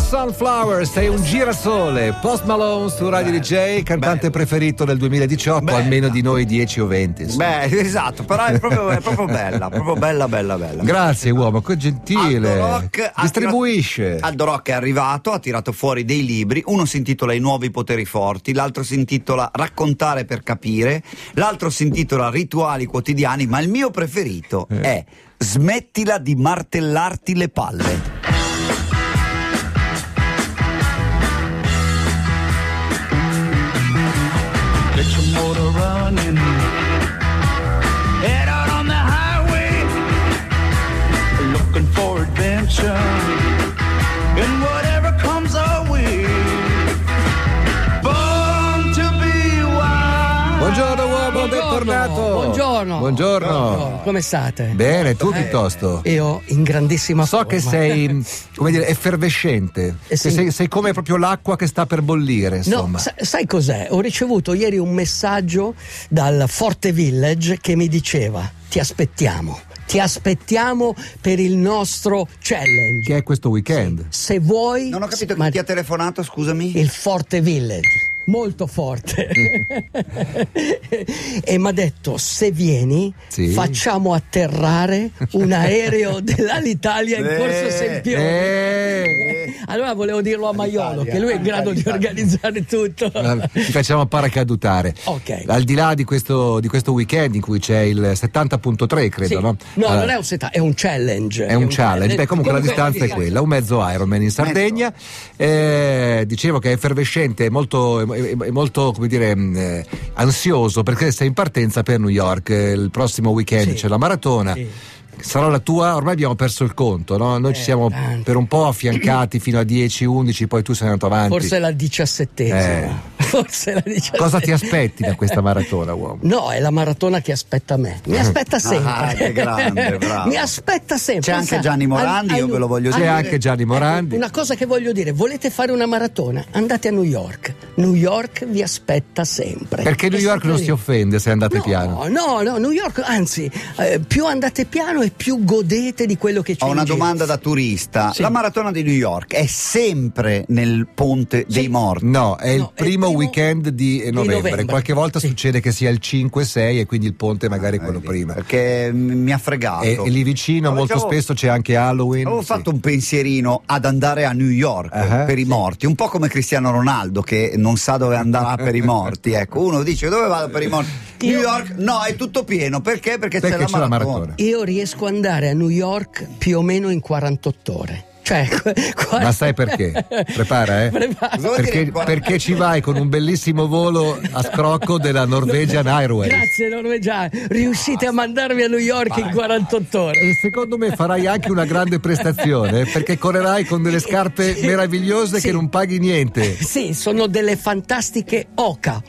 Sunflower, sei un girasole. Post Malone su Radio DJ, cantante preferito del 2018, almeno di noi 10 o 20. Beh, esatto, però è proprio bella, proprio bella. Grazie uomo, che gentile. Distribuisce. Aldo Rock è arrivato, ha tirato fuori dei libri, uno si intitola I nuovi poteri forti, l'altro si intitola Raccontare per capire, l'altro si intitola Rituali quotidiani, ma il mio preferito è Smettila di martellarti le palle. Get your motor running, head out on the highway, looking for adventure, and whatever comes our way, born to be wild. Buongiorno uomo, bentornato. Buongiorno. Come state? Bene, tu piuttosto? Io in grandissima forma. So che sei, come dire, effervescente. Sì. Sei come proprio l'acqua che sta per bollire, insomma. No, sai cos'è? Ho ricevuto ieri un messaggio dal Forte Village che mi diceva: ti aspettiamo per il nostro challenge. Che è questo weekend? Se vuoi. Non ho capito chi ti ha telefonato, scusami. Il Forte Village. Molto forte. E mi ha detto: se vieni, facciamo atterrare un aereo dell'Alitalia in Corso Sempione. Allora volevo dirlo a Maiolo, che lui è in grado di organizzare tutto. Ci facciamo paracadutare. Ok. Al di là di questo weekend in cui c'è il 70.3, credo, no? No, non è un è un challenge. È un challenge. Beh, comunque la distanza è quella, un mezzo Ironman in Sardegna. Dicevo che è effervescente, è molto, come dire, ansioso, perché sei in partenza per New York. Il prossimo weekend c'è la maratona. Sarà la tua, ormai abbiamo perso il conto, no? Noi ci siamo per un po' affiancati fino a 10-11, poi tu sei andato avanti. Forse la 17ª. Cosa ti aspetti da questa maratona, uomo? No, è la maratona che aspetta me. Mi aspetta sempre. Che grande, bravo. Mi aspetta sempre. C'è anche Gianni Morandi, io ve lo voglio dire. C'è anche Gianni Morandi. Una cosa che voglio dire: volete fare una maratona? Andate a New York. New York vi aspetta sempre. Perché New York non si offende se andate piano. No, New York, anzi, più andate piano e più godete di quello che c'è. Ho una domanda da turista. La maratona di New York è sempre nel Ponte dei Morti? No, è il primo weekend di novembre. Qualche volta succede che sia il 5-6 e quindi il ponte magari è quello prima. Perché mi ha fregato. E lì vicino molto spesso c'è anche Halloween. Avevo fatto un pensierino ad andare a New York per i morti, un po' come Cristiano Ronaldo che non sa dove andrà per i morti. Ecco, uno dice: dove vado per i morti? New York? No, è tutto pieno. Perché? Perché c'è la maratona. Io riesco ad andare a New York più o meno in 48 ore. Cioè, ma sai perché? Prepara, Perché ci vai con un bellissimo volo a scrocco della Norwegian Airways. Grazie Norwegian, riuscite a mandarmi a New York in 48 ore. E secondo me farai anche una grande prestazione, perché correrai con delle scarpe meravigliose che non paghi niente. Sì, sono delle fantastiche Oka.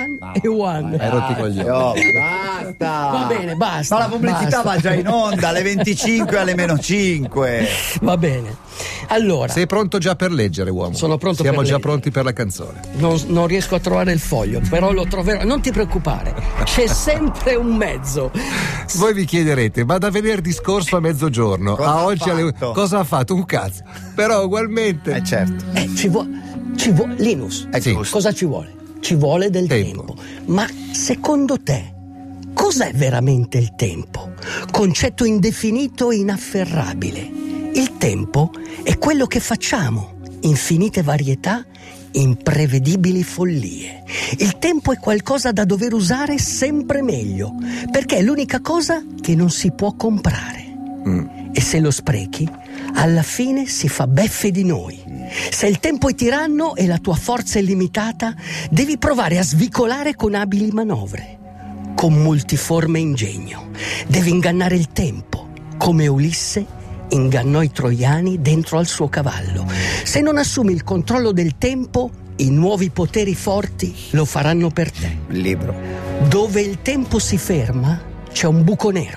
One. Hai rotti coglioni. Basta. Va bene, basta. Ma la pubblicità va già in onda alle 25 alle meno 5. Va bene. Allora, sei pronto già per leggere, uomo? Sono pronto. Siamo già pronti per la canzone. Non riesco a trovare il foglio, però lo troverò. Non ti preoccupare, c'è sempre un mezzo. Voi vi chiederete: ma da venerdì scorso a mezzogiorno a oggi cosa ha fatto? Un cazzo. Però ugualmente. Certo. Ci vuole Linus. Cosa ci vuole? Ci vuole del tempo. Ma secondo te cos'è veramente il tempo? Concetto indefinito e inafferrabile. Il tempo è quello che facciamo, infinite varietà, imprevedibili follie. Il tempo è qualcosa da dover usare sempre meglio, perché è l'unica cosa che non si può comprare. E se lo sprechi, alla fine si fa beffe di noi. Se il tempo è tiranno e la tua forza è limitata, devi provare a svicolare con abili manovre, con multiforme ingegno. Devi ingannare il tempo, come Ulisse ingannò i troiani dentro al suo cavallo. Se non assumi il controllo del tempo, i nuovi poteri forti lo faranno per te. Il libro. Dove il tempo si ferma, c'è un buco nero.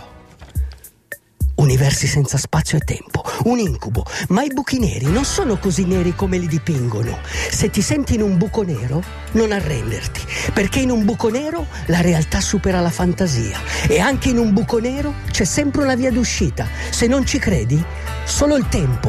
Universi senza spazio e tempo, un incubo. Ma i buchi neri non sono così neri come li dipingono. Se ti senti in un buco nero, non arrenderti, perché in un buco nero la realtà supera la fantasia. E anche in un buco nero c'è sempre una via d'uscita. Se non ci credi, solo il tempo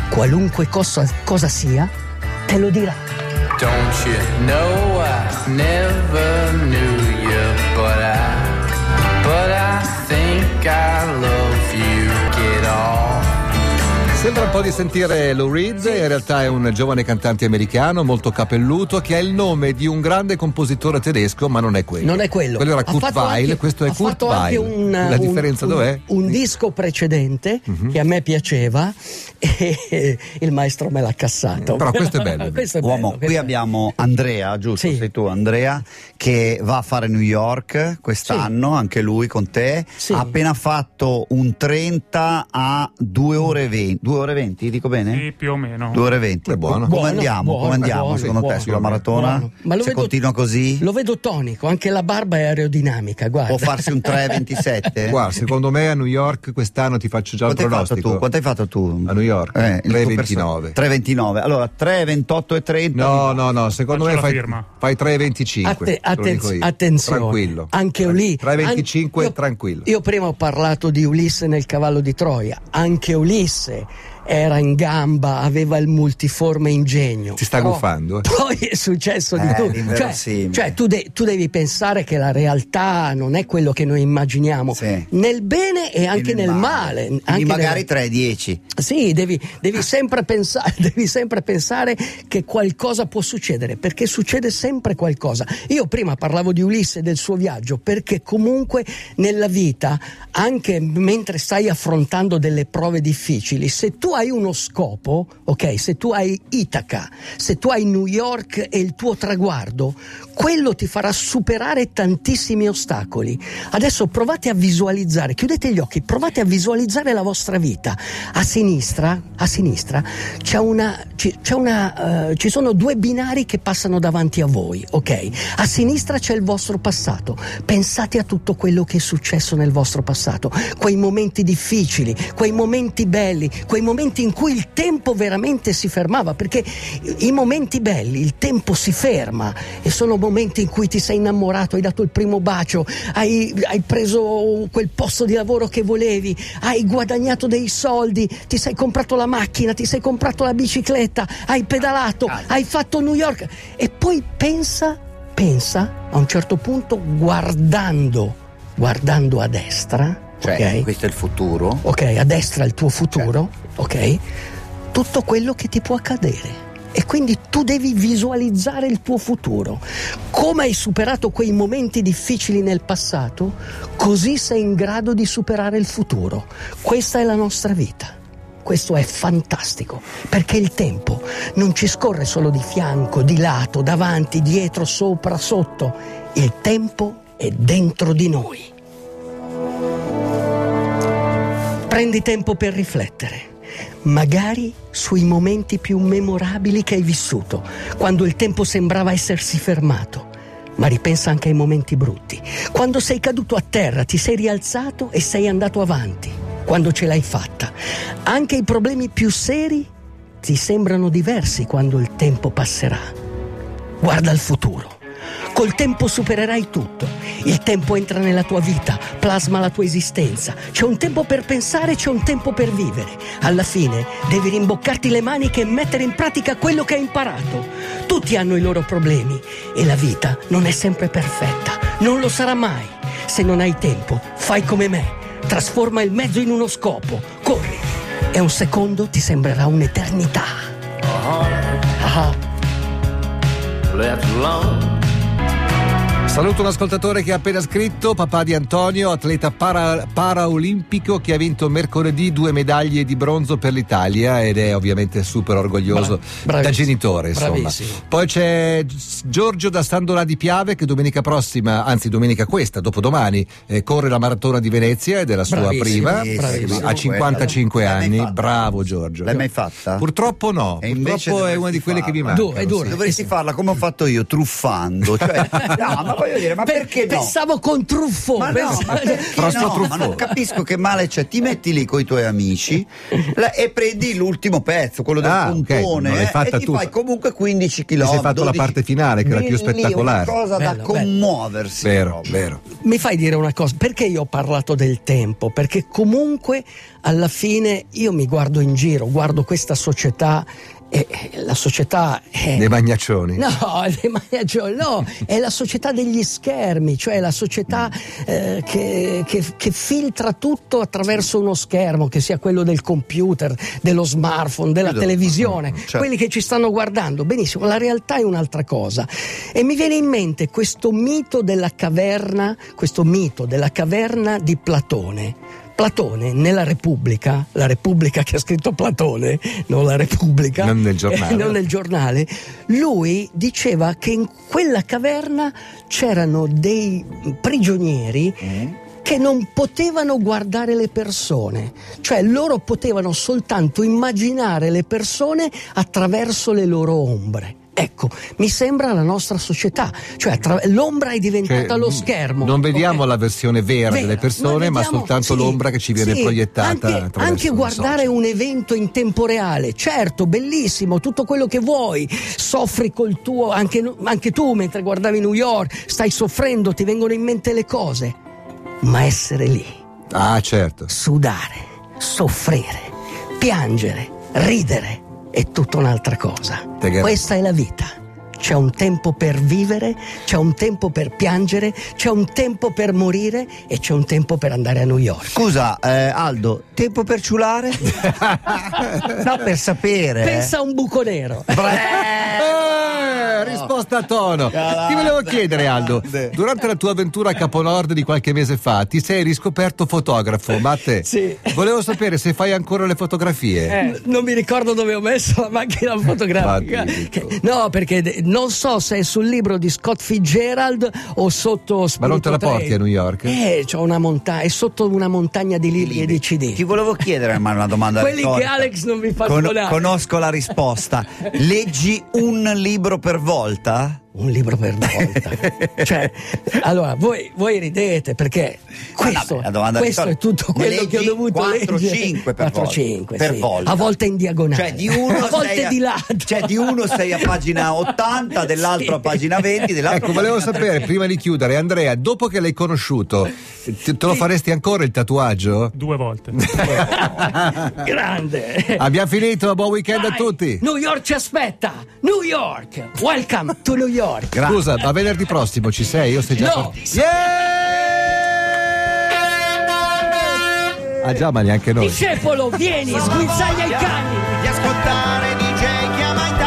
qualunque cosa sia, te lo dirà. Don't you know I never knew you, but I think I love you. Get off. Sembra un po' di sentire Lou Reed, in realtà è un giovane cantante americano molto capelluto che ha il nome di un grande compositore tedesco, ma non è quello. Non è quello. Quello era Kurt Weill, questo è Kurt Weill. La differenza dov'è? Un disco precedente che a me piaceva e il maestro me l'ha cassato. Però questo è bello. Questo è Uomo, bello, qui abbiamo Andrea, giusto? Sì. Sei tu, Andrea, che va a fare New York quest'anno, anche lui con te. Sì. Ha appena fatto un 30 a 2 ore 20. 2 ore 20, dico bene? Sì, più o meno. 2 ore 20. È buono. Come andiamo? Buono, buono, secondo buono, te sulla maratona? buono. Ma Se continua così? Lo vedo tonico, anche la barba è aerodinamica, guarda. Può farsi un 3,27? Guarda, secondo me a New York quest'anno ti faccio già il pronostico. Quanto hai fatto tu? A New York? 3,29. 3,29. Allora, 3,28 e 30. No, secondo Faccio me la fai 3,25. Attenzione, Tranquillo. anche lì 3,25 tranquillo. Io prima ho parlato di Ulisse nel cavallo di Troia, anche Ulisse era in gamba, aveva il multiforme ingegno. Ti sta guffando? Poi è successo di tutto. Cioè tu devi pensare che la realtà non è quello che noi immaginiamo, sì, nel bene e anche nel male. Quindi Anche magari 3,10. Sì, devi sempre pensare che qualcosa può succedere, perché succede sempre qualcosa. Io prima parlavo di Ulisse e del suo viaggio, perché comunque nella vita, anche mentre stai affrontando delle prove difficili, se tu hai uno scopo, ok, se tu hai Itaca, se tu hai New York e il tuo traguardo, quello ti farà superare tantissimi ostacoli. Adesso provate a visualizzare, chiudete gli occhi, provate a visualizzare la vostra vita. A sinistra ci sono 2 binari che passano davanti a voi, ok? A sinistra c'è il vostro passato. Pensate a tutto quello che è successo nel vostro passato, quei momenti difficili, quei momenti belli, quei momenti in cui il tempo veramente si fermava, perché i momenti belli, il tempo si ferma, e sono momenti in cui ti sei innamorato, hai dato il primo bacio, hai preso quel posto di lavoro che volevi, hai guadagnato dei soldi, ti sei comprato la macchina, ti sei comprato la bicicletta, hai pedalato, hai fatto New York, e poi pensa a un certo punto, guardando a destra, Cioè, okay? Questo è il futuro. Ok, a destra il tuo futuro, ok? Tutto quello che ti può accadere. E quindi tu devi visualizzare il tuo futuro. Come hai superato quei momenti difficili nel passato, così sei in grado di superare il futuro. Questa è la nostra vita. Questo è fantastico, perché il tempo non ci scorre solo di fianco, di lato, davanti, dietro, sopra, sotto. Il tempo è dentro di noi. Prendi tempo per riflettere, magari sui momenti più memorabili che hai vissuto, quando il tempo sembrava essersi fermato. Ma ripensa anche ai momenti brutti, quando sei caduto a terra, ti sei rialzato e sei andato avanti, quando ce l'hai fatta. Anche i problemi più seri ti sembrano diversi quando il tempo passerà. Guarda il futuro. Col tempo supererai tutto. Il tempo entra nella tua vita, plasma la tua esistenza. C'è un tempo per pensare, c'è un tempo per vivere. Alla fine devi rimboccarti le maniche e mettere in pratica quello che hai imparato. Tutti hanno i loro problemi e la vita non è sempre perfetta. Non lo sarà mai. Se non hai tempo, fai come me. Trasforma il mezzo in uno scopo. Corri. E un secondo ti sembrerà un'eternità. Left alone. Saluto un ascoltatore che ha appena scritto, papà di Antonio, atleta paraolimpico che ha vinto mercoledì 2 medaglie di bronzo per l'Italia ed è ovviamente super orgoglioso da genitore, insomma. Bravissimo. Poi c'è Giorgio da Sandola di Piave che domenica prossima, anzi domenica questa, dopodomani, corre la maratona di Venezia ed è la sua prima, bravissimo. ha 55 anni, fatta? bravo Giorgio. L'hai mai fatta? Purtroppo no, E invece purtroppo è una di quelle che mi manca. È dura. Dovresti farla come ho fatto io, truffando. Cioè, no, ma voglio dire, ma perché no? Pensavo con Truffaut. Ma no, ma perché François no? Truffaut. Ma non capisco che male c'è. Ti metti lì con i tuoi amici e prendi l'ultimo pezzo, quello del ok, pontone, non l'hai fatta e ti tu. fai comunque 15 km. Ti sei fatto la parte finale, che era più spettacolare. È una cosa da Bello, commuoversi. Vero, vero. Mi fai dire una cosa, perché io ho parlato del tempo? Perché comunque alla fine io mi guardo in giro, guardo questa società e la società è... Dei magnaccioni. No, no, è la società degli schermi, cioè la società che filtra tutto attraverso uno schermo, che sia quello del computer, dello smartphone, della televisione, certo. quelli che ci stanno guardando. Benissimo, la realtà è un'altra cosa. E mi viene in mente questo mito della caverna di Platone. Platone nella Repubblica, la Repubblica che ha scritto Platone, non la Repubblica, non nel giornale, non nel giornale, lui diceva che in quella caverna c'erano dei prigionieri che non potevano guardare le persone, cioè loro potevano soltanto immaginare le persone attraverso le loro ombre. Ecco, mi sembra la nostra società, cioè l'ombra è diventata lo schermo. Non vediamo la versione vera delle persone, ma soltanto l'ombra che ci viene proiettata. Anche guardare un evento in tempo reale, certo, bellissimo, tutto quello che vuoi, soffri col tuo, anche tu mentre guardavi New York, stai soffrendo, ti vengono in mente le cose, ma essere lì, certo, sudare, soffrire, piangere, ridere, è tutta un'altra cosa. Questa è la vita. C'è un tempo per vivere, c'è un tempo per piangere, c'è un tempo per morire e c'è un tempo per andare a New York. Scusa, Aldo, tempo per ciulare? No, per sapere. Pensa a un buco nero. Risposta a tono. Ti volevo chiedere, Aldo, durante la tua avventura a Capo Nord di qualche mese fa ti sei riscoperto fotografo, ma a te? Sì. Volevo sapere se fai ancora le fotografie. Non mi ricordo dove ho messo la macchina fotografica. No, perché non so se è sul libro di Scott Fitzgerald o sotto Spirito Ma non te la porti Trail. a New York? C'ho una montagna, è sotto una montagna di libri e di CD. Ti volevo chiedere, ma una domanda Quelli retorica. che Alex non mi fa suonare. Conosco la risposta. Leggi un libro per volta? Un libro per volta. Cioè, allora, voi ridete perché questo è tutto quello che ho dovuto 4-5 per 4-5 per sì. volta. A volte in diagonale. Cioè di uno a volte di lato. Cioè di uno sei a pagina 80, dell'altro a pagina 20, dell'altro Ecco, volevo pagina sapere, 30. prima di chiudere, Andrea, dopo che l'hai conosciuto, te lo faresti ancora il tatuaggio? 2 volte. Grande. Abbiamo finito, buon weekend Vai. a tutti. New York ci aspetta. New York. Welcome to New York. Scusa, ma venerdì prossimo ci sei? Io sei già No. Ah già, ma neanche noi. Discepolo, vieni, sguinzaglia i cani. Di ascoltare DJ Chiama in